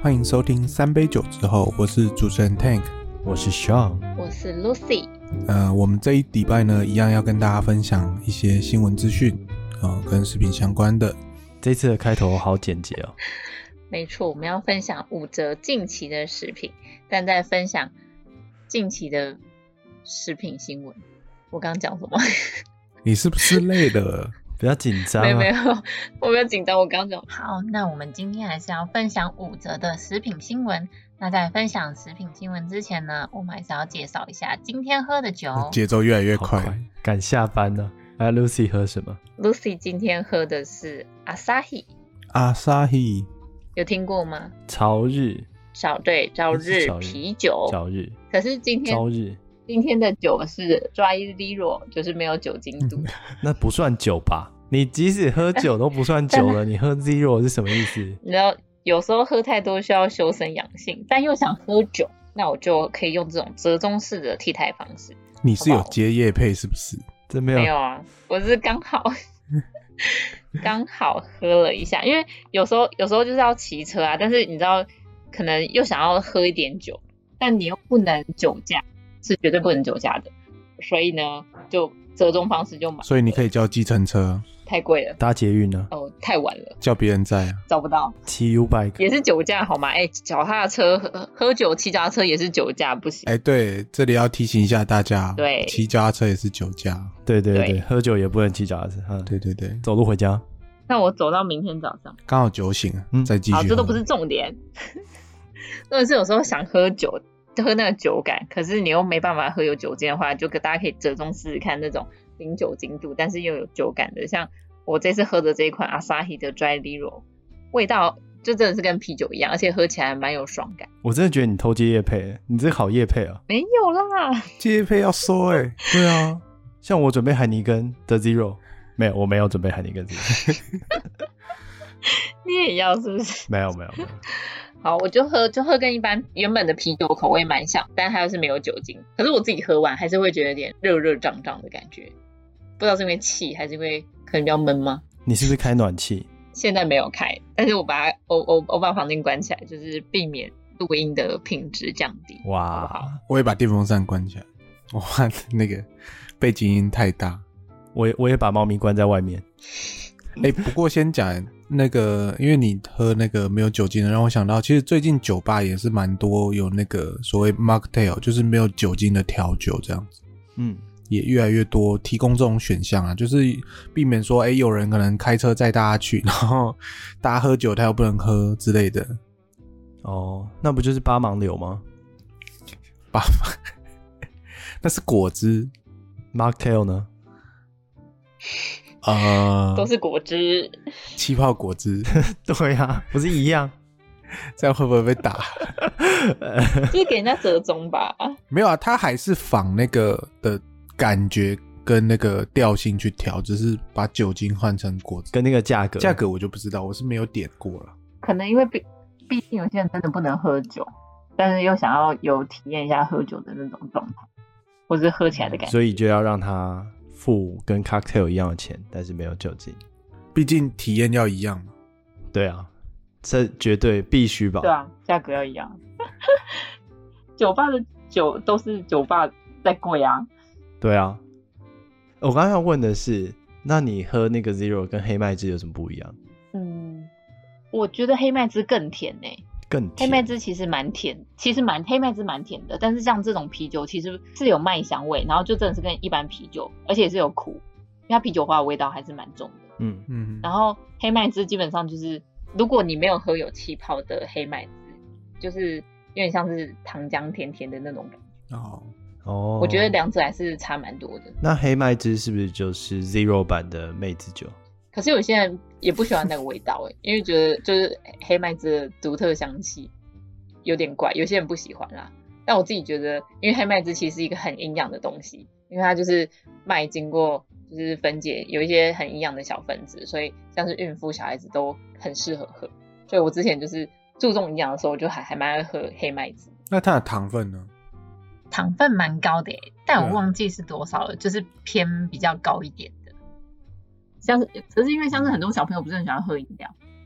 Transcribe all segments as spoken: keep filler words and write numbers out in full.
欢迎收听三杯酒之后，我是主持人 Tank， 我是 Sean， 我是 Lucy。 呃，我们这一礼拜呢，一样要跟大家分享一些新闻资讯，呃，跟食品相关的。 这次的开头好简洁哦。 没错，我们要分享五则近期的食品，但在分享近期的食品新闻。我刚刚讲什么？ 你是不是累了？ 不要紧张、啊。 没有没有，我没有紧张。我刚刚讲好，那我们今天还是要分享五则的食品新闻。那在分享食品新闻之前呢，我们还是要介绍一下今天喝的酒。 节奏越来越快， 快赶下班了。啊 ，Lucy 喝什么 ？Lucy 今天喝的是 Asahi。 Asahi 有听过吗？ 朝日。 朝对朝日啤酒。 朝日。 可是今天朝日。 今天的酒是 dry zero， 就是没有酒精度。 那不算酒吧？你即使喝酒都不算酒了，你喝 zero 是什么意思？ 你知道有时候喝太多需要修身养性，但又想喝酒，那我就可以用这种折中式的替代方式。 你是有接业配是不是？ 这没有没有啊，我是刚好刚好喝了一下，因为有时候有时候就是要骑车啊，但是你知道可能又想要喝一点酒，但你又不能酒驾，是绝对不能酒驾的，所以呢就折中方式就买。 所以你可以叫计程车。 太贵了。 搭捷运呢？ 哦，太晚了， 叫别人载啊， 找不到。 骑 U-Bike 也是酒驾好吗？哎、欸，脚踏车喝喝酒骑脚踏车也是酒驾，不行。 哎、欸，对，这里要提醒一下大家， 对， 骑脚踏车也是酒驾。 对对 对, 对， 喝酒也不能骑脚踏车。嗯， 对对对， 走路回家。 那我走到明天早上， 刚好酒醒了，嗯，再继续喝。 好，这都不是重点。真的是有时候想喝酒，喝那个酒感，可是你又没办法喝有酒精的话，就大家可以折中试试看那种零酒精度，但是又有酒感的，像我这次喝的这一款 Asahi 的 Dry Zero， 味道就真的是跟啤酒一样，而且喝起来蛮有爽感。 我真的觉得你偷接业配，你这好业配啊！ 没有啦， 接业配要收哎、欸。 对啊，像我准备海尼根的 Zero， 没有，我没有准备海尼根 Zero。 你也要是不是？ 没有没有没有。 好，我就喝就喝跟一般原本的啤酒口味蛮像，但它又是没有酒精。可是我自己喝完还是会觉得有点热热胀胀的感觉，不知道是因为气还是因为可能比较闷吗？ 你是不是开暖气？ 现在没有开，但是我把它我我我把房间关起来，就是避免录音的品质降低。 哇， 好不好？ 我也把电风扇关起来，我怕那个背景音太大。 我也我也把猫咪关在外面。 哎、欸，不过先讲那个，因为你喝那个没有酒精的，让我想到，其实最近酒吧也是蛮多有那个所谓 mocktail， 就是没有酒精的调酒这样子。 嗯， 也越来越多提供这种选项啊，就是避免说，哎、欸，有人可能开车载大家去，然后大家喝酒他又不能喝之类的。 哦，那不就是八芒柳吗？ 八芒，那是果汁。 mocktail 呢？ 呃， 都是果汁， 气泡果汁。 对啊，不是一样？ 这样会不会被打？ 就是给人家折中吧。 没有啊，它还是仿那个的感觉跟那个调性去调，只是把酒精换成果汁， 跟那个价格， 价格我就不知道，我是没有点过了。 可能因为毕毕竟有些人真的不能喝酒，但是又想要有体验一下喝酒的那种状态，或是喝起来的感觉， 所以就要让他付跟 cocktail 一样的钱，但是没有酒精， 毕竟体验要一样嘛。 对啊，这绝对必须吧？ 对啊，价格要一样。酒吧的酒都是酒吧在贵啊。 对啊，我刚刚要问的是，那你喝那个 Zero 跟黑麦汁有什么不一样？ 嗯，我觉得黑麦汁更甜欸。 更甜。 黑麦汁其实蛮甜，其实蛮黑麦汁蛮甜的，但是像这种啤酒其实是有麦香味，然后就真的是跟一般啤酒，而且也是有苦，因为它啤酒花的味道还是蛮重的。 嗯嗯， 然后黑麦汁基本上就是，如果你没有喝有气泡的黑麦汁，就是有点像是糖浆甜甜的那种感觉。 哦哦， 我觉得两者还是差蛮多的。 那黑麦汁是不是就是 Zero 版的妹子酒？ 可是有些人也不喜欢那个味道，因为觉得就是黑麦汁的独特香气有点怪，有些人不喜欢啦。但我自己觉得，因为黑麦汁其实是一个很营养的东西，因为它就是麦经过就是分解，有一些很营养的小分子，所以像是孕妇、小孩子都很适合喝。所以我之前就是注重营养的时候，我就还还蛮爱喝黑麦汁。 那它的糖分呢？ 糖分蛮高的耶，但我忘记是多少了，就是偏比较高一点的。像是，可是因为像是很多小朋友不是很喜欢喝饮料，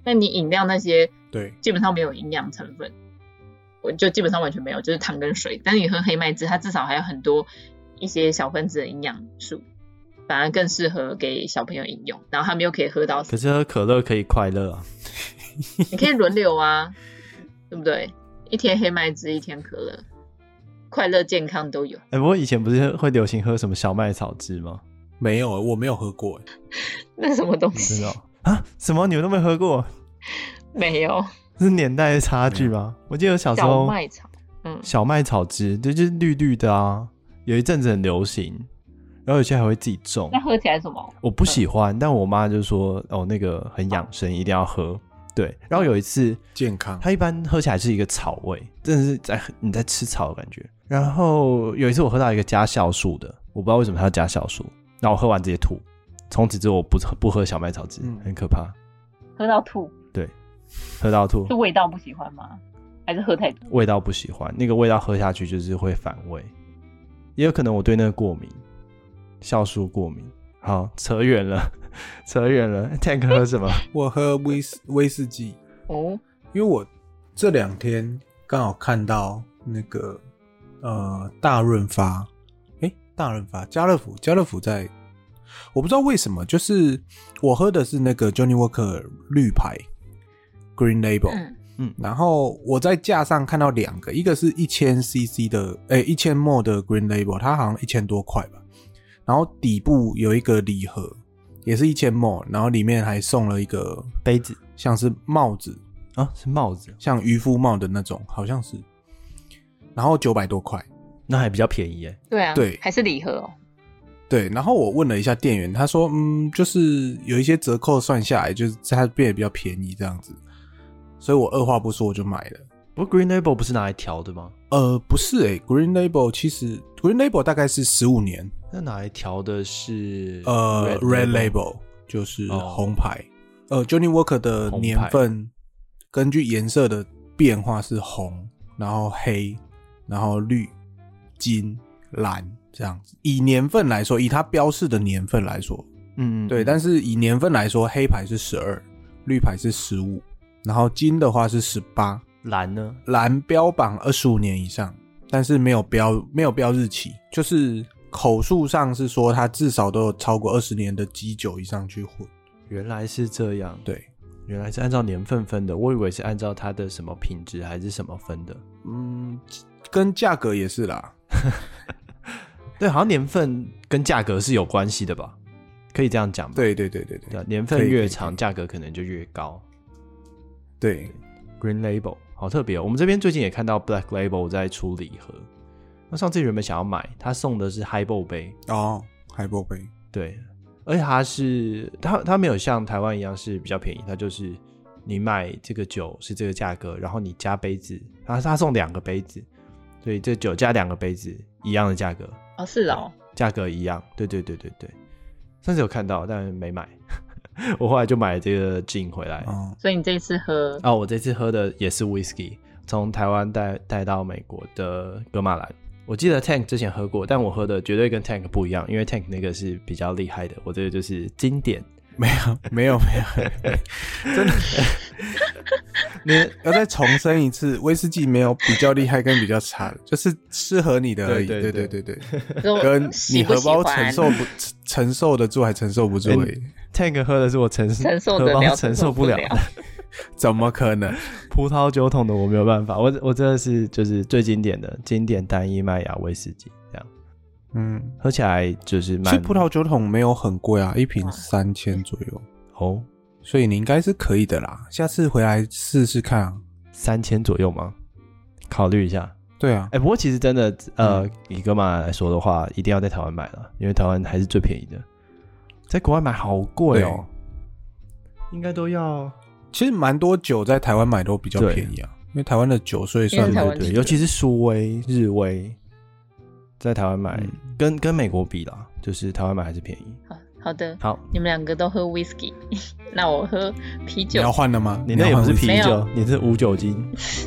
那你饮料那些对， 基本上没有营养成分，我就基本上完全没有，就是糖跟水。但是你喝黑麦汁，它至少还有很多一些小分子的营养素，反而更适合给小朋友饮用。然后他们又可以喝到， 可是喝可乐可以快乐啊， 你可以轮流啊，对不对？一天黑麦汁，一天可乐，快乐健康都有。 哎、欸，不过以前不是会流行喝什么小麦草汁吗？ 没有，我没有喝过。 那是什么东西？ 真的、哦、啊？什么？你们都没喝过？ 没有， 是年代的差距吗？我记得小时候小麦草，嗯， 小麦草汁，对，就是绿绿的啊，有一阵子很流行，然后有些还会自己种。 那喝起来什么？ 我不喜欢，嗯、但我妈就说哦，那个很养生，一定要喝。对，然后有一次健康， 它一般喝起来是一个草味，真的是在你在吃草的感觉。然后有一次我喝到一个加酵素的，我不知道为什么它要加酵素，然后我喝完直接吐。从此之后我不不喝小麦草汁，嗯、很可怕。 喝到吐？ 对，喝到吐。 是味道不喜欢吗？还是喝太多？ 味道不喜欢，那个味道喝下去就是会反胃，也有可能我对那个过敏，酵素过敏。好，扯远了，扯远了。Tank 喝什么？ 我喝威士威士忌。 哦， 因为我这两天刚好看到那个呃大润发，诶，大润发，家乐福，家乐福在，我不知道为什么，就是我喝的是那个 Johnny Walker 绿牌 Green Label， 嗯嗯，然后我在架上看到两个，一个是一千 C C 的，诶，一千 ml 的 Green Label， 它好像一千多块吧。然后底部有一个礼盒，也是一千 ml， 然后里面还送了一个杯子， 像是帽子啊，是帽子， 像渔夫帽的那种，好像是。然后九百多块， 那还比较便宜耶。 对啊， 对， 还是礼盒哦。 对，然后我问了一下店员，他说，嗯，就是有一些折扣算下来，就是它变得比较便宜这样子，所以我二话不说我就买了。 不过 Green Label 不是拿来调的吗？ 呃，不是诶、欸、，Green Label 其实 Green Label 大概是十五年。 那拿来调的是呃 Red Label, Label 就是红牌、哦、呃 Johnny Walker 的年份根据颜色的变化是红，然后黑，然后绿，金，蓝这样子。以年份来说，以它标示的年份来说，嗯，对，但是以年份来说，黑牌是十二，绿牌是十五，然后金的话是十八， 蓝呢？ 蓝标榜二十五年以上，但是没有标没有标日期，就是口述上是说它至少都有超过二十年的基酒以上去混。 原来是这样。 对， 原来是按照年份分的，我以为是按照它的什么品质还是什么分的。 嗯，跟价格也是啦。 对，好像年份跟价格是有关系的吧？可以这样讲吗？ 对对对对 对, 对，年份越长，价格可能就越高。 对 ，Green Label 好特别哦。我们这边最近也看到 Black Label 在出礼盒。那上次原本想要买，他送的是 Highball 杯哦 ，Highball 杯， 对，而且它是它它没有像台湾一样是比较便宜，它就是你买这个酒是这个价格，然后你加杯子，然后他送两个杯子，所以这酒加两个杯子一样的价格。 哦，是哦， 价格一样，对对对对对。上次有看到，但没买。我后来就买了这个 gin 回来。 哦，所以你这次喝？ 哦，我这次喝的也是 whisky， 从台湾带带到美国的噶玛兰。我记得 Tank 之前喝过，但我喝的绝对跟 Tank 不一样，因为 Tank 那个是比较厉害的，我这个就是经典。 没有没有没有，真的，你要再重申一次，威士忌没有比较厉害跟比较差的，就是适合你的而已。对对对对对，跟你荷包承受不承受得住还承受不住而已。 Tank 喝的是我承承受得了， 荷包承受不了的。 怎么可能？ 葡萄酒桶的我没有办法，我我真的是就是最经典的经典单一麦芽威士忌这样。嗯，喝起来就是蛮。 其实葡萄酒桶没有很贵啊，一瓶三千左右哦， 所以你应该是可以的啦。下次回来试试看啊。 三千左右吗？考虑一下。 对啊， 哎、欸，不过其实真的，呃，嗯、以哥玛来说的话，一定要在台湾买了，因为台湾还是最便宜的，在国外买好贵哦，应该都要。 其实蛮多酒在台湾买都比较便宜啊，因为台湾的酒所以算对对，尤其是苏威、日威。在台湾买、嗯、跟跟美国比啦，就是台湾买还是便宜。 好好的， 好， 你们两个都喝 whisky， 那我喝啤酒。 你要换了吗？ 你那也不是啤酒，你是无酒精。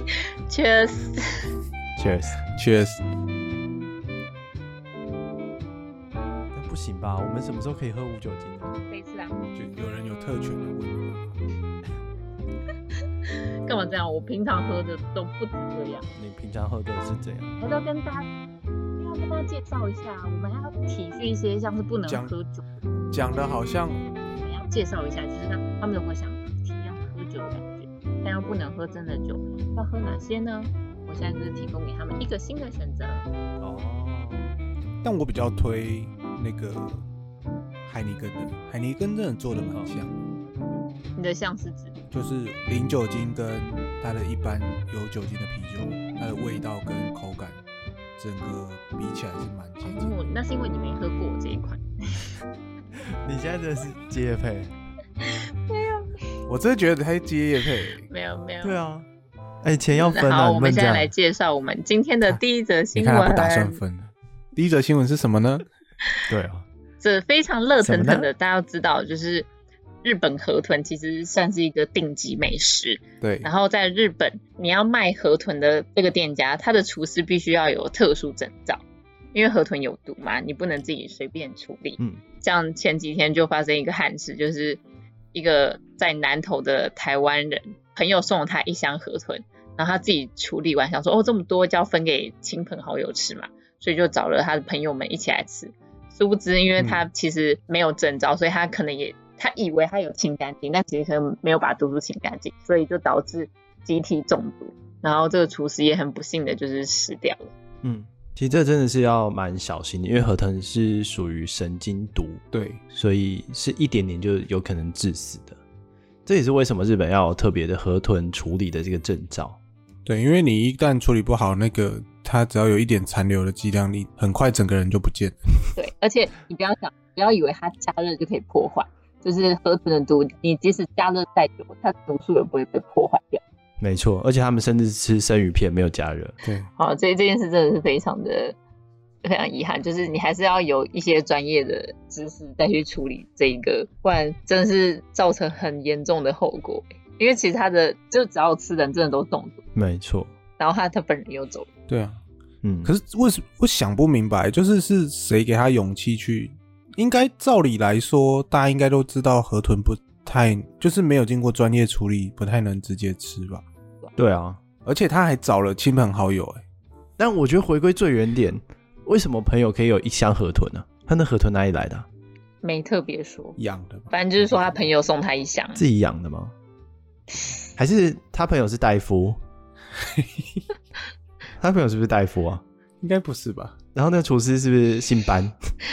Cheers Cheers Cheers。 那不行吧？我们什么时候可以喝无酒精呢？ 这一次啊， 就有人有特权的问你吗？ 干嘛这样？我平常喝的都不止这样。 你平常喝的是怎样？ 还是要跟大家，要跟大家介绍一下，我们还要体恤一些像是不能喝酒。 讲的好像我们要介绍一下，就是他他们有没有想体验喝酒的感觉？但又不能喝真的酒，要喝哪些呢？我现在就是提供给他们一个新的选择。 哦， 但我比较推那个海尼根的，海尼根真的做的蛮像。 你的像是指？ 就是零酒精跟它的一般有酒精的啤酒，它的味道跟口感，整个比起来是蛮接近的。 哦，那是因为你没喝过这一款。 你现在真的是接业配？ 没有， 我真的觉得他接业配。 没有没有。 对啊，哎、欸，钱要分啊！ 好，我们现在来介绍我们今天的第一则新闻。 你看他不打算分。第一则新闻是什么呢？ 对啊， 这非常热腾腾的，大家要知道，就是日本河豚其实算是一个顶级美食。 对。 然后在日本，你要卖河豚的这个店家，他的厨师必须要有特殊证照，因为河豚有毒嘛，你不能自己随便处理。 嗯。 像前几天就发生一个憾事，就是一个在南投的台湾人朋友送了他一箱河豚，然后他自己处理完，想说哦这么多就要分给亲朋好友吃嘛，所以就找了他的朋友们一起来吃。殊不知，因为他其实没有证照，嗯、所以他可能也他以为他有清干净，但其实可能没有把毒素清干净，所以就导致集体中毒。然后这个厨师也很不幸的就是死掉了。 嗯。其实这真的是要蛮小心的，因为河豚是属于神经毒， 对， 所以是一点点就有可能致死的。这也是为什么日本要有特别的河豚处理的这个证照。 对，因为你一旦处理不好，那个它只要有一点残留的剂量，你很快整个人就不见了。 对，而且你不要想，不要以为它加热就可以破坏，就是河豚的毒，你即使加热再久，它毒素也不会被破坏掉。 没错，而且他们甚至吃生鱼片没有加热。 对， 好，这这件事真的是非常的非常遗憾，就是你还是要有一些专业的知识再去处理这一个，不然真的是造成很严重的后果。因为其实他的就只要吃人真的都中毒， 没错。 然后他他本人又走了。 对啊， 嗯。 可是为什么我想不明白，就是是谁给他勇气去？应该照理来说，大家应该都知道河豚不太就是没有经过专业处理，不太能直接吃吧？ 对啊， 而且他还找了亲朋好友欸。 但我觉得回归最原点，为什么朋友可以有一箱河豚呢、啊？他那河豚哪里来的、啊？ 没特别说， 养的吧？ 反正就是说他朋友送他一箱， 自己养的吗？还是他朋友是大夫？他朋友是不是大夫啊？ 应该不是吧？ 然后那个厨师是不是姓班？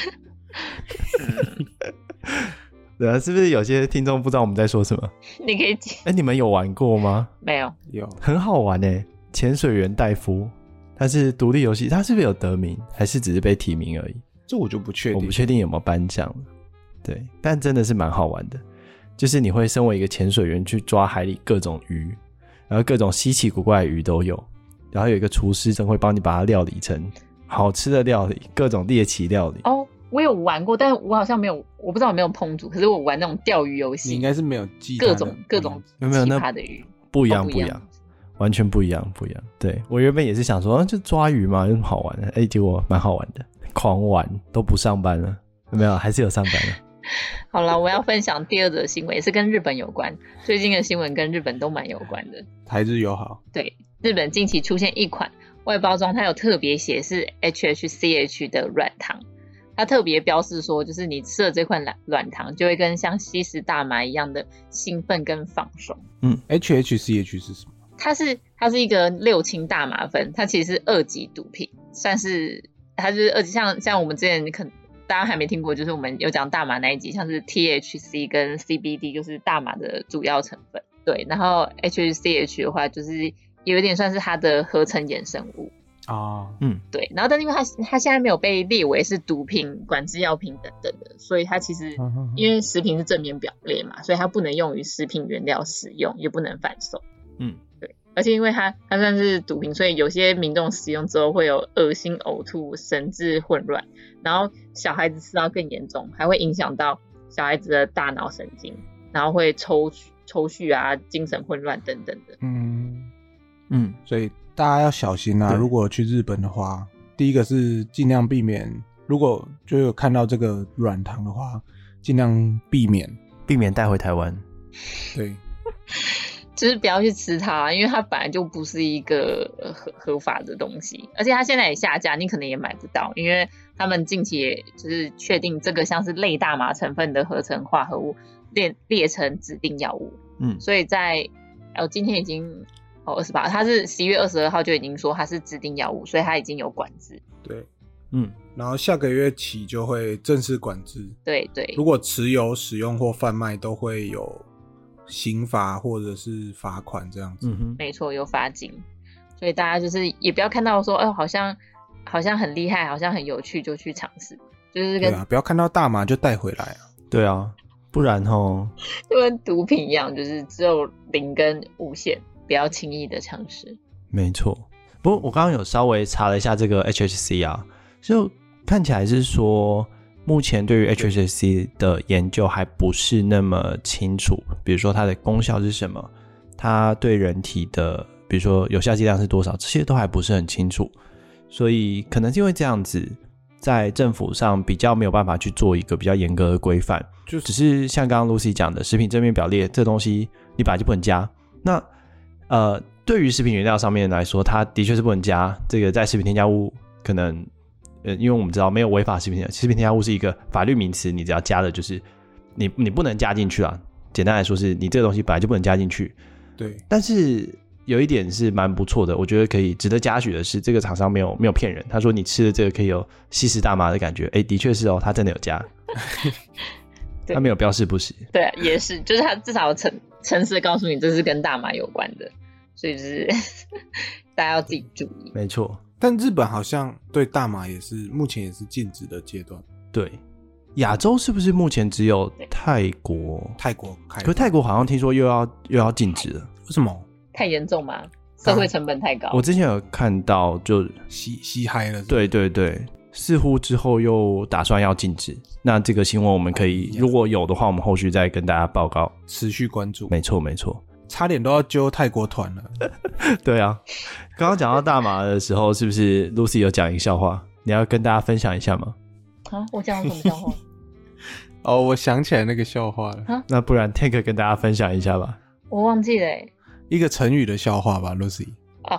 对啊，是不是有些听众不知道我们在说什么？ 你可以解。 哎、欸，你们有玩过吗？ 没有。 有， 很好玩诶、欸。潜水员戴夫，他是独立游戏，他是不是有得名，还是只是被提名而已？ 这我就不确定， 我不确定有没有颁奖了。对，但真的是蛮好玩的，就是你会身为一个潜水员去抓海里各种鱼，然后各种稀奇古怪的鱼都有，然后有一个厨师真会帮你把它料理成好吃的料理，各种猎奇料理。 哦，我有玩过，但我好像没有，我不知道有没有烹煮，可是我玩那种钓鱼游戏， 你应该是没有记各种各种有没有那奇葩的鱼， 不一样， 不一样， 不一样。完全不一样，不一样。对，我原本也是想说，啊、就抓鱼嘛，有什么好玩的？哎、欸，结果蛮好玩的，狂玩都不上班了，有没有？还是有上班了。 好了，我要分享第二则新闻，也是跟日本有关。最近的新闻跟日本都蛮有关的。 台日友好。 对，日本近期出现一款外包装，它有特别写是 H H C H 的软糖，它特别标示说，就是你吃了这款软糖，就会跟像吸食大麻一样的兴奋跟放松。 嗯 ，H H C H 是什么？ 它是它是一个六氢大麻酚，它其实是二级毒品，算是它就是二级，像像我们之前可能大家还没听过，就是我们有讲大麻那一集，像是 T H C 跟 C B D 就是大麻的主要成分，对，然后 H H C H 的话就是有一点算是它的合成衍生物啊， 嗯， 对，然后但因为它它现在没有被列为是毒品、管制药品等等的，所以它其实因为食品是正面表列嘛，所以它不能用于食品原料使用，也不能贩售， 嗯。 而且因为它它算是毒品，所以有些民众使用之后会有恶心、呕吐、神志混乱，然后小孩子吃到更严重，还会影响到小孩子的大脑神经，然后会抽抽搐啊、精神混乱等等的。 嗯嗯， 所以大家要小心啊！如果去日本的话，第一个是尽量避免，如果就有看到这个软糖的话，尽量避免避免带回台湾。 对。 就是不要去吃它，因为它本来就不是一个合合法的东西，而且它现在也下架，你可能也买不到，因为他们近期也就是确定这个像是类大麻成分的合成化合物列列成指定药物。 嗯， 所以在哦今天已经哦二十八，它是十一月二十二号就已经说它是指定药物，所以它已经有管制。 对， 嗯， 然后下个月起就会正式管制。 对对， 如果持有、使用或贩卖都会有刑罚或者是罚款这样子。 嗯哼， 没错，有罚金。所以大家就是也不要看到说，哦，好像好像很厉害，好像很有趣就去尝试，就是跟、 对啊，不要看到大麻就带回来啊。 对啊，不然齁就跟毒品一样，就是只有零跟无限，不要轻易的尝试。 没错。不过我刚刚有稍微查了一下这个 H H C 啊，就看起来是说目前对于 H H C 的研究还不是那么清楚，比如说它的功效是什么，它对人体的比如说有效剂量是多少，这些都还不是很清楚，所以可能是因为这样子在政府上比较没有办法去做一个比较严格的规范，就只是像刚刚 Lucy 讲的食品正面表列这东西你本来就不能加，那呃对于食品原料上面来说它的确是不能加，这个在食品添加物可能呃，因为我们知道没有违法食品添加食品添加物是一个法律名词，你只要加的就是你你不能加进去啦，简单来说是你这个东西本来就不能加进去。 对， 但是有一点是蛮不错的，我觉得可以值得嘉许的是这个厂商没有没有骗人，他说你吃的这个可以有吸食大麻的感觉，诶的确是哦，他真的有加他没有标示不实。 对，也是，就是他至少有诚诚实的告诉你这是跟大麻有关的，所以就是大家要自己注意。 没错， 但日本好像对大麻也是目前也是禁止的阶段。 对，亚洲是不是目前只有泰国？ 泰国开， 可是泰国好像听说又要又要禁止了， 为什么？ 太严重吗？社会成本太高。 我之前有看到就吸吸嗨了是不是， 对对对，似乎之后又打算要禁止。那这个新闻我们可以如果有的话，我们后续再跟大家报告， 持续关注。 没错没错， 差点都要揪泰国团了。 对啊，刚刚讲到大麻的时候，是不是 Lucy 有讲一个笑话？你要跟大家分享一下吗？ 啊，我讲什么笑话？ 哦，我想起来那个笑话了。 那不然 Tank 跟大家分享一下吧。 我忘记了耶。 一个成语的笑话吧 ，Lucy。 哦，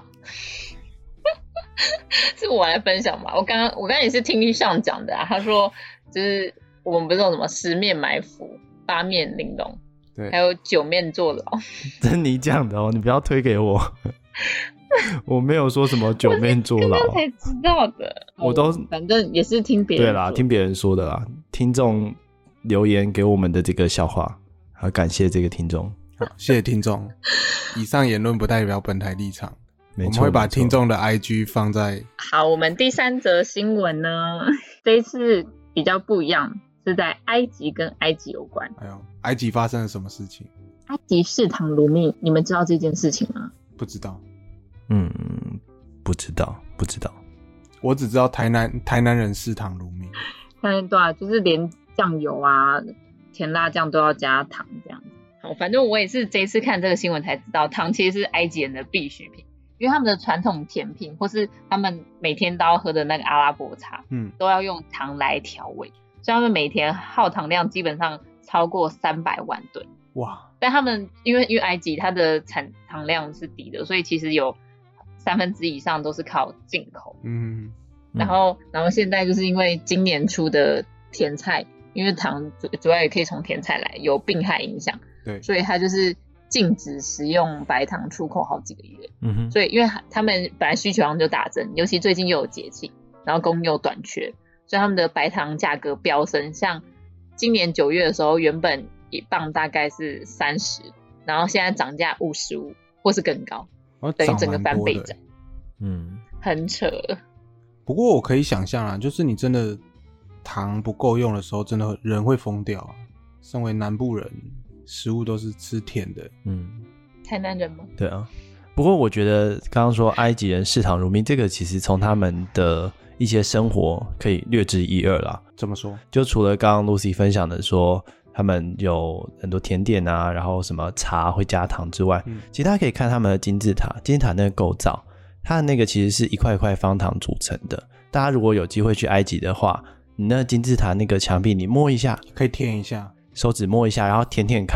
是我来分享吧。我刚刚我刚刚也是听上讲的啊，他说就是我们不是有什么十面埋伏、八面玲珑， 对， 还有九面坐牢。 这是你讲的哦，你不要推给我。我没有说什么九面坐牢， 我才知道的。 我都、 哦、反正也是听别人对啦，听别人说的啦。听众留言给我们的这个笑话，好感谢这个听众。 好，谢谢听众。以上言论不代表本台立场， 没错， 我们会把听众的 I G 放在。 好，我们第三则新闻呢，这一次比较不一样，是在埃及跟埃及有关。 哎呦，埃及发生了什么事情？ 埃及嗜糖如命，你们知道这件事情吗？ 不知道。 嗯，不知道，不知道。 我只知道台南台南人嗜糖如命。 嗯，对啊，就是连酱油啊、甜辣酱都要加糖这样子。好，反正我也是这一次看这个新闻才知道，糖其实是埃及人的必需品，因为他们的传统甜品或是他们每天都要喝的那个阿拉伯茶， 嗯， 都要用糖来调味，所以他们每天耗糖量基本上超过三百万吨。 哇！ 但他们因为因为埃及它的产糖量是低的，所以其实有三分之一以上都是靠进口。 嗯， 然后然后现在就是因为今年出的甜菜，因为糖主主要也可以从甜菜来，有病害影响， 对， 所以它就是禁止食用白糖出口好几个月。 嗯哼， 所以因为他们本来需求量就大增，尤其最近又有节气，然后供应又短缺，所以他们的白糖价格飙升。像今年九月的时候，原本一磅大概是三十，然后现在涨价五十五或是更高， 哦， 等于整个翻倍涨。 嗯， 很扯。 不过我可以想象啊，就是你真的糖不够用的时候，真的人会疯掉啊。身为南部人，食物都是吃甜的。 嗯， 台南人吗？ 对啊。不过我觉得刚刚说埃及人嗜糖如命，这个其实从他们的一些生活可以略知一二啦。 怎么说？ 就除了刚刚 Lucy 分享的说他们有很多甜点啊，然后什么茶会加糖之外，嗯，其实大家可以看他们的金字塔，金字塔那个构造，它的那个其实是一块一块方糖组成的。大家如果有机会去埃及的话，你那金字塔那个墙壁你摸一下， 可以舔一下， 手指摸一下，然后舔舔看，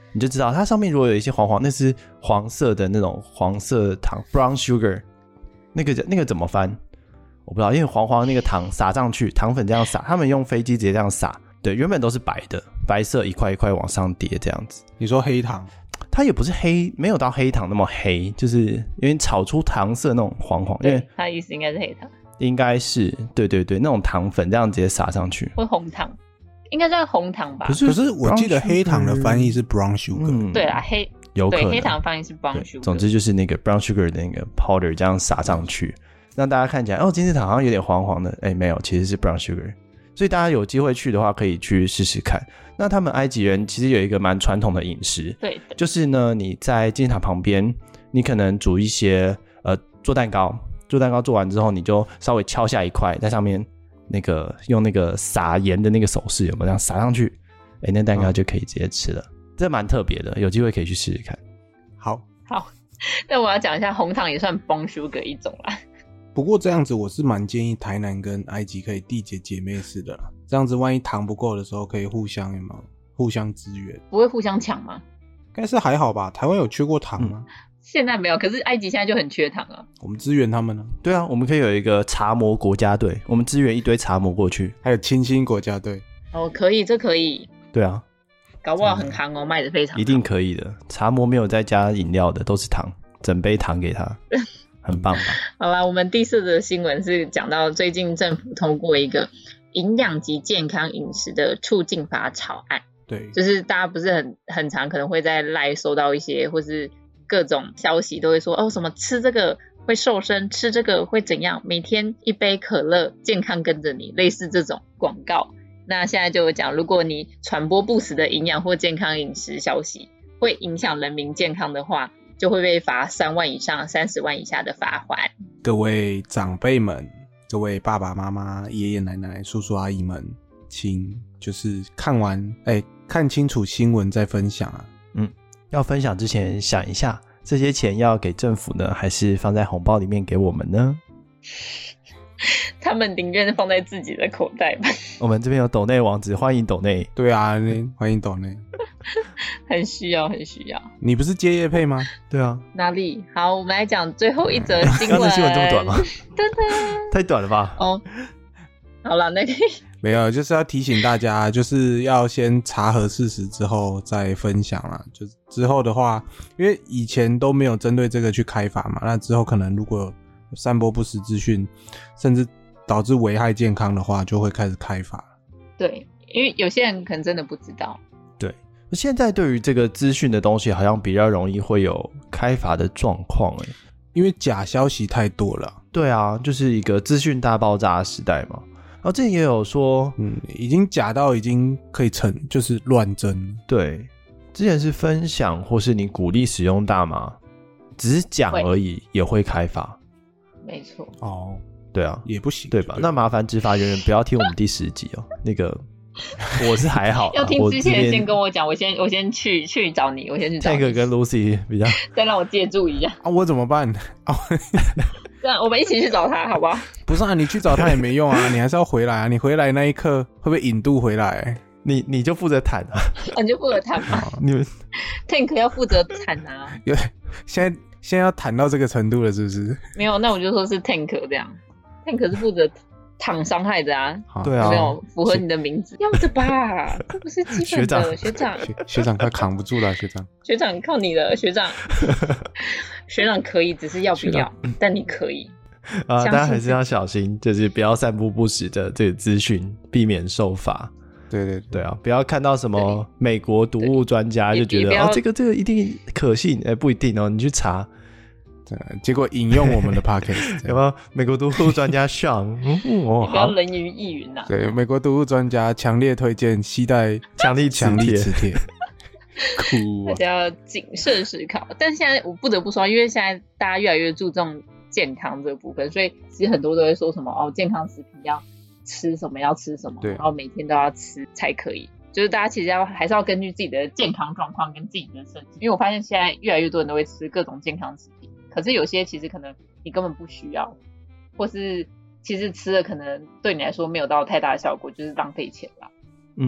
你就知道它上面如果有一些黄黄，那是黄色的那种黄色糖 brown sugar， 那个那个怎么翻？我不知道，因为黄黄那个糖撒上去，糖粉这样撒，他们用飞机直接这样撒。对，原本都是白的，白色一块一块往上叠这样子。 你说黑糖？ 它也不是黑，没有到黑糖那么黑，就是有点炒出糖色那种黄黄。因为它的意思应该是黑糖， 应该是对对对，那种糖粉这样直接撒上去， 或红糖，应该叫红糖吧？ 可是可是我记得黑糖的翻译是 brown sugar，、嗯、 对啦，黑有可能对黑糖翻译是 brown sugar。 总之就是那个 brown sugar 的那个 powder 这样撒上去，让大家看起来哦，金字塔好像有点黄黄的，哎，没有，其实是 brown sugar。所以大家有机会去的话，可以去试试看。那他们埃及人其实有一个蛮传统的饮食， 对， 就是呢，你在金字塔旁边，你可能煮一些呃做蛋糕，做蛋糕做完之后，你就稍微敲下一块，在上面那个用那个撒盐的那个手势，有没有这样撒上去？哎，那蛋糕就可以直接吃了，嗯、这蛮特别的，有机会可以去试试看。 好， 好，那我要讲一下红糖也算 brown sugar 一种啦。 不过这样子我是蛮建议台南跟埃及可以缔结姐妹式的啦，这样子万一糖不够的时候可以互相有没有互相支援， 不会互相抢吗？ 应该是还好吧。台湾有缺过糖吗？嗯、 现在没有，可是埃及现在就很缺糖啊。 我们支援他们呢？ 对啊，我们可以有一个茶魔国家队，我们支援一堆茶魔过去， 还有清新国家队。 哦，可以，这可以。 对啊， 搞不好很夯哦，卖的非常好。 一定可以的。茶魔没有再加饮料的，都是糖，整杯糖给他。很棒吧？ 好啦，我们第四则新闻是讲到最近政府通过一个营养及健康饮食的促进法草案。 对， 就是大家不是很很常可能会在 LINE 收到一些或是各种消息，都会说哦什么吃这个会瘦身，吃这个会怎样，每天一杯可乐，健康跟着你，类似这种广告。那现在就有讲，如果你传播不实的营养或健康饮食消息，会影响人民健康的话，就会被罚三万以上三十万以下的罚款。 各位长辈们，各位爸爸妈妈、爷爷奶奶、叔叔阿姨们，请就是看完哎、欸、看清楚新闻再分享啊。 嗯，要分享之前想一下，这些钱要给政府呢，还是放在红包里面给我们呢？ 他们宁愿放在自己的口袋吧。 我们这边有抖内网址，欢迎抖内。 对啊，欢迎抖内。 很需要，很需要。 你不是接业配吗？ 对啊。 哪里？好，我们来讲最后一则新闻。 刚才新闻这么短吗？ 对的。太短了吧？ 哦，好了，那个没有，就是要提醒大家，就是要先查核事实之后再分享啦。就是之后的话，因为以前都没有针对这个去开罚嘛，那之后可能如果散播不实资讯，甚至导致危害健康的话，就会开始开罚。 对，因为有些人可能真的不知道。 对，现在对于这个资讯的东西，好像比较容易会有开罚的状况诶， 因为假消息太多了。 对啊，就是一个资讯大爆炸的时代嘛。然后之前也有说， 嗯，已经假到已经可以成就是乱真。 对，之前是分享或是你鼓励使用大麻，只是讲而已，也会开罚。 没错。 哦， 对啊， 也不行， 对吧？对，那麻烦执法人员不要听我们第十集哦。那个我是还好， 要听之前先跟我讲，我先我先去去找你，我先去找你。 Tank跟 Lucy 比较， 再让我借助一下啊，我怎么办？啊， 这样我们一起去找他，好不好？ 不是啊，你去找他也没用啊，你还是要回来啊。你回来那一刻会不会引渡回来？ 你你就负责谈啊， 啊你就负责谈嘛。 你们 Tank 要负责谈啊。 有现在现在要谈到这个程度了，是不是？ 没有，那我就说是 Tank 这样。Tank 是负责躺伤害的啊， 对啊， 有没有符合你的名字？要的吧，这不是基本的。学长， 学学长快扛不住了，学长， 学长靠你了，学长，学长可以，只是要不要？但你可以啊，大家还是要小心，就是不要散布不实的这个资讯，避免受罚。 对对 对, 对啊，不要看到什么美国毒物专家就觉得哦，这个这个一定可信，哎，不一定哦，你去查。 结果引用我们的 podcast 有没有？美国毒物专家上， 嗯哦，不要人云亦云呐。 对，美国毒物专家强烈推荐携带强力强力磁铁。 哭、啊，大家要谨慎思考。但现在我不得不说，因为现在大家越来越注重健康这个部分，所以其实很多都会说什么哦，健康食品要吃什么要吃什么，然后每天都要吃才可以。就是大家其实要还是要根据自己的健康状况跟自己的身体，因为我发现现在越来越多人都会吃各种健康食品。可是有些其实可能你根本不需要，或是其实吃了可能对你来说没有到太大的效果，就是浪费钱啦。 嗯，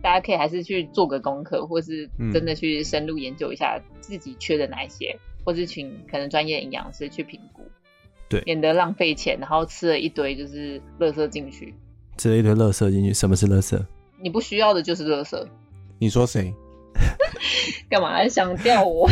大家可以还是去做个功课，或是真的去深入研究一下自己缺的哪一些，或是请可能专业营养师去评估， 对， 免得浪费钱，然后吃了一堆就是垃圾进去。 吃了一堆垃圾进去，什么是垃圾？ 你不需要的就是垃圾。 你说谁？ 干嘛想吊我？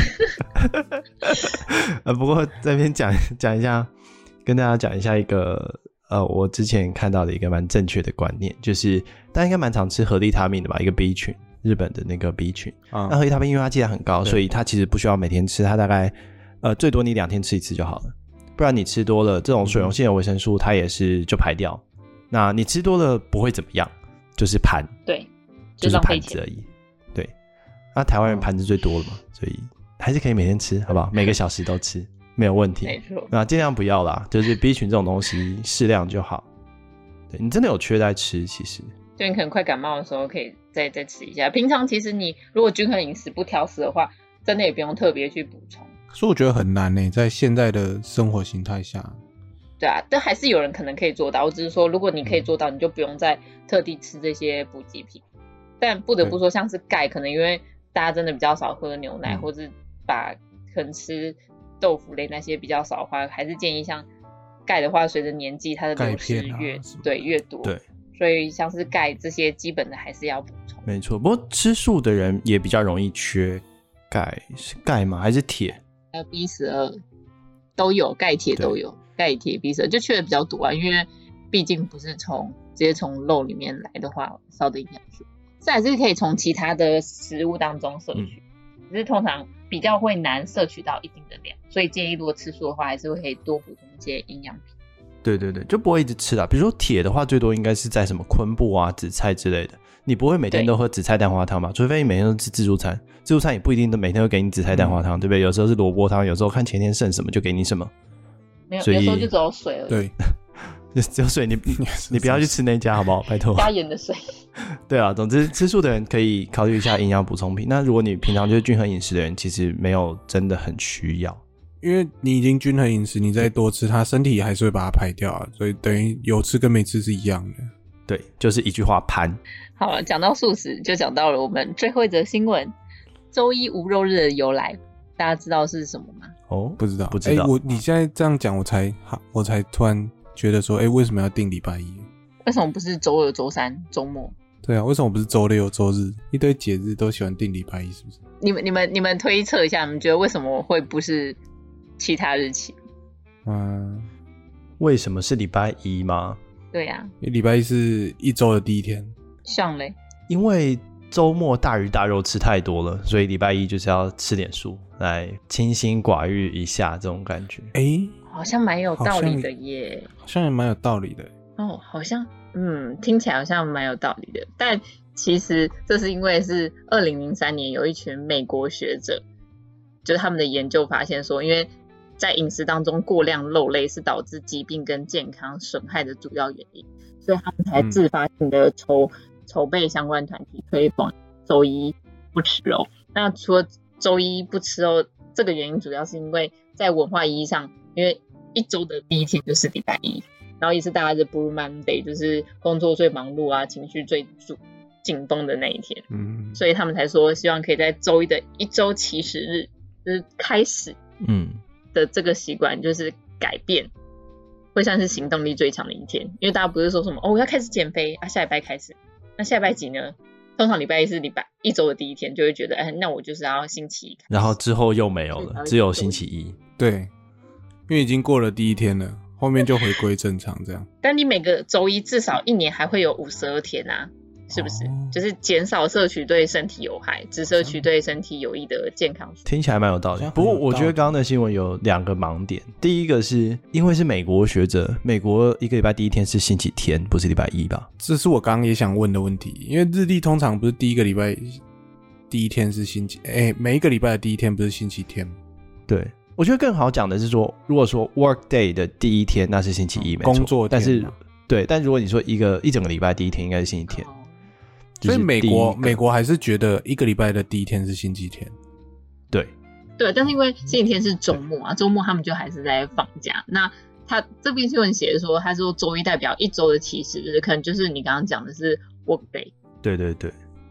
呃，不过这边讲讲一下，跟大家讲一下一个呃，我之前看到的一个蛮正确的观念，就是大家应该蛮常吃合利他命的吧？一个 B 群，日本的那个 B 群。嗯、那合利他命因为它剂量很高，所以它其实不需要每天吃，它大概呃最多你两天吃一次就好了。不然你吃多了，这种水溶性的维生素它也是就排掉。那你吃多了不会怎么样，就是盘， 对， 就是盘子而已。对，那台湾人盘子最多了嘛，所以还是可以每天吃，好不好？每个小时都吃，没有问题。 没错， 那尽量不要啦，就是 B 群这种东西适量就好。对，你真的有缺再吃，其实就你可能快感冒的时候可以再再吃一下。平常其实你如果均衡饮食不挑食的话，真的也不用特别去补充。 所以我觉得很难耶，在现在的生活形态下。 对啊，但还是有人可能可以做到。我只是说，如果你可以做到，你就不用再特地吃这些补给品。但不得不说，像是钙，可能因为大家真的比较少喝牛奶，嗯、或是把可能吃豆腐类那些比较少的话，还是建议像钙的话，随着年纪它的流失越、啊、对越多。对，所以像是钙这些基本的还是要补充。 没错，不过吃素的人也比较容易缺钙，是钙吗？还是铁？ 还有 B 十二 都有，钙铁都有。钙铁 B 十二 就缺的比较多啊，因为毕竟不是从直接从肉里面来的话，少的营养素，这还是可以从其他的食物当中摄取，嗯、只是通常比较会难摄取到一定的量，所以建议如果吃素的话，还是会可以多补充一些营养品。 对对对，就不会一直吃啦。比如说铁的话，最多应该是在什么昆布啊、紫菜之类的，你不会每天都喝紫菜蛋花汤吧？除非你每天都吃自助餐，自助餐也不一定都每天都给你紫菜蛋花汤，嗯、对不对？有时候是萝卜汤，有时候看前天剩什么就给你什么。 没有，有时候就只有水而已。 对， 只有水你，你你不要去吃那家好不好？拜托。 加盐的水。 对啊，总之吃素的人可以考虑一下营养补充品。那如果你平常就是均衡饮食的人，其实没有真的很需要， 因为你已经均衡饮食，你再多吃，它身体还是会把它排掉啊，所以等于有吃跟没吃是一样的。 对，就是一句话盘。 好了，讲到素食，就讲到了我们最后一则新闻：周一无肉日的由来，大家知道是什么吗？ 哦， 不知道， 不知道。 欸、我你现在这样讲，我才我才突然觉得说，哎、欸，为什么要定礼拜一？ 为什么不是周二、周三、周末？ 对啊，为什么不是周六、周日？一堆节日都喜欢定礼拜一，是不是？ 你们、你们、你们推测一下，你们觉得为什么会不是其他日期？ 嗯， 为什么是礼拜一吗？ 对呀、啊， 礼拜一是一周的第一天。 像嘞， 因为周末大鱼大肉吃太多了，所以礼拜一就是要吃点素来清心寡欲一下，这种感觉。 哎、欸， 好像蛮有道理的耶， 好像也蛮有道理的。 哦，好像嗯，听起来好像蛮有道理的。但其实这是因为是二零零三年有一群美国学者，就是他们的研究发现说，因为在饮食当中过量肉类是导致疾病跟健康损害的主要原因，所以他们才自发性的筹、嗯、筹备相关团体推广周一不吃肉。那除了周一不吃肉这个原因，主要是因为在文化意义上，因为一周的第一天就是礼拜一，然后也是大家的 Blue Monday， 就是工作最忙碌啊，情绪最紧绷的那一天。嗯，所以他们才说希望可以在周一的一周起始日，就是开始嗯的这个习惯，就是改变，会像是行动力最强的一天。因为大家不是说什么哦，我要开始减肥啊，下礼拜开始，那下礼拜几呢？通常礼拜一是礼拜一周的第一天，就会觉得哎，那我就是要星期一， 然后之后又没有了，只有星期一。 对，因为已经过了第一天了，后面就回归正常这样。 但你每个周一至少一年还会有五十二天啊，是不是？哦、就是减少摄取对身体有害，只摄取对身体有益的健康素。 听起来蛮有道理。不过我觉得刚刚的新闻有两个盲点，第一个是因为是美国学者，美国一个礼拜第一天是星期天，不是礼拜一吧？ 这是我刚刚也想问的问题，因为日历通常不是第一个礼拜第一天是星期，哎、欸，每一个礼拜的第一天不是星期天吗？ 对。我觉得更好讲的是说，如果说 work day 的第一天那是星期一，没错， 工作天， 但是对，但如果你说一个一整个礼拜第一天应该是星期天，哦、 所以美国美国还是觉得一个礼拜的第一天是星期天， 对对，但是因为星期天是周末啊，周末他们就还是在放假。那他这边新闻写说，他说周一代表一周的起始日，可能就是你刚刚讲的是 work day， 对对对，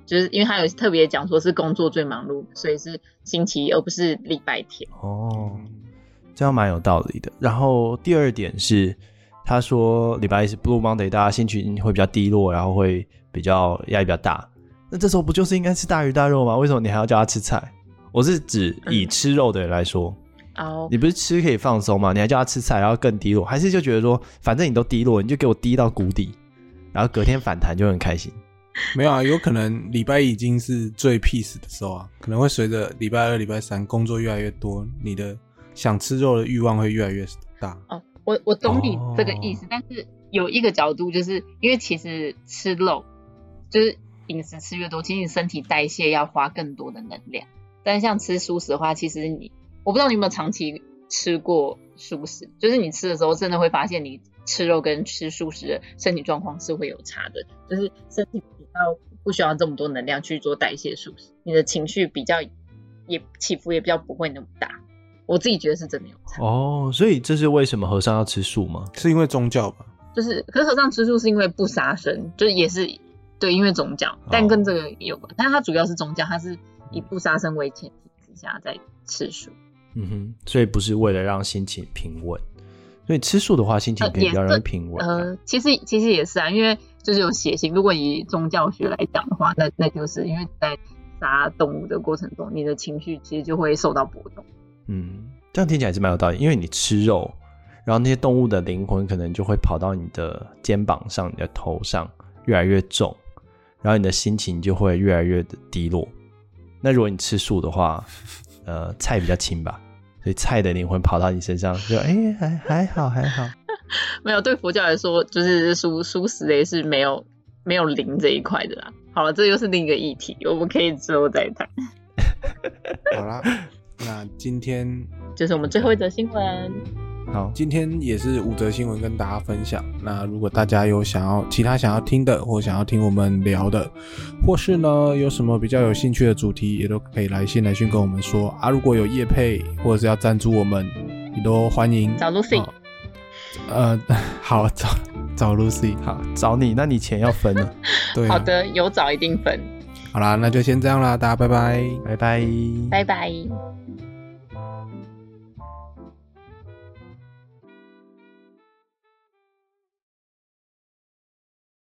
就是因为他有特别讲说是工作最忙碌，所以是星期一而不是礼拜天。 哦，这样蛮有道理的。然后第二点是，他说礼拜一是 Blue Monday， 大家心情会比较低落，然后会比较压力比较大。那这时候不就是应该吃大鱼大肉吗？为什么你还要叫他吃菜？我是指以吃肉的人来说。 哦、 你不是吃可以放松吗？你还叫他吃菜，然后更低落，还是就觉得说，反正你都低落，你就给我低到谷底，然后隔天反弹就很开心。 没有啊，有可能礼拜一已经是最 peace 的时候啊，可能会随着礼拜二、礼拜三工作越来越多，你的想吃肉的欲望会越来越大。 哦，我我懂你这个意思，哦、但是有一个角度，就是因为其实吃肉，就是饮食吃越多，其实你身体代谢要花更多的能量。但是像吃蔬食的话，其实你我不知道你有没有长期吃过蔬食，就是你吃的时候真的会发现你吃肉跟吃蔬食的身体状况是会有差的，就是身体比较不需要这么多能量去做代谢蔬食，你的情绪比较也起伏也比较不会那么大。我自己觉得是真的有差。 哦，所以这是为什么和尚要吃素吗？ 是因为宗教吧？ 就是，可是和尚吃素是因为不杀生，就是也是对，因为宗教，但跟这个也有关。哦、但是它主要是宗教，它是以不杀生为前提之下在吃素。 嗯哼，所以不是为了让心情平稳，所以吃素的话，心情可以比较容易平稳、啊。 呃，其实其实也是啊，因为就是有血性。如果以宗教学来讲的话，那那就是因为在杀动物的过程中，你的情绪其实就会受到波动。 嗯，这样听起来是蛮有道理，因为你吃肉，然后那些动物的灵魂可能就会跑到你的肩膀上、你的头上，越来越重，然后你的心情就会越来越的低落。那如果你吃素的话，呃，菜比较轻吧，所以菜的灵魂跑到你身上，就哎、欸、还还好还好。 没有，对佛教来说，就是蔬蔬食类是没有没有灵这一块的啦。好了，这又是另一个议题，我们可以之后再谈。 好啦，那今天就是我们最后一则新闻。 好，今天也是五则新闻跟大家分享。那如果大家有想要其他想要听的，或想要听我们聊的，或是呢有什么比较有兴趣的主题，也都可以来信来讯跟我们说啊。如果有业配或者是要赞助我们，也都欢迎。 找 Lucy，、 哦、呃，好，找找 Lucy， 好，找你，那你钱要分了。 对、啊， 好的，有找一定分。 好啦，那就先这样啦，大家拜拜， 拜拜， 拜拜。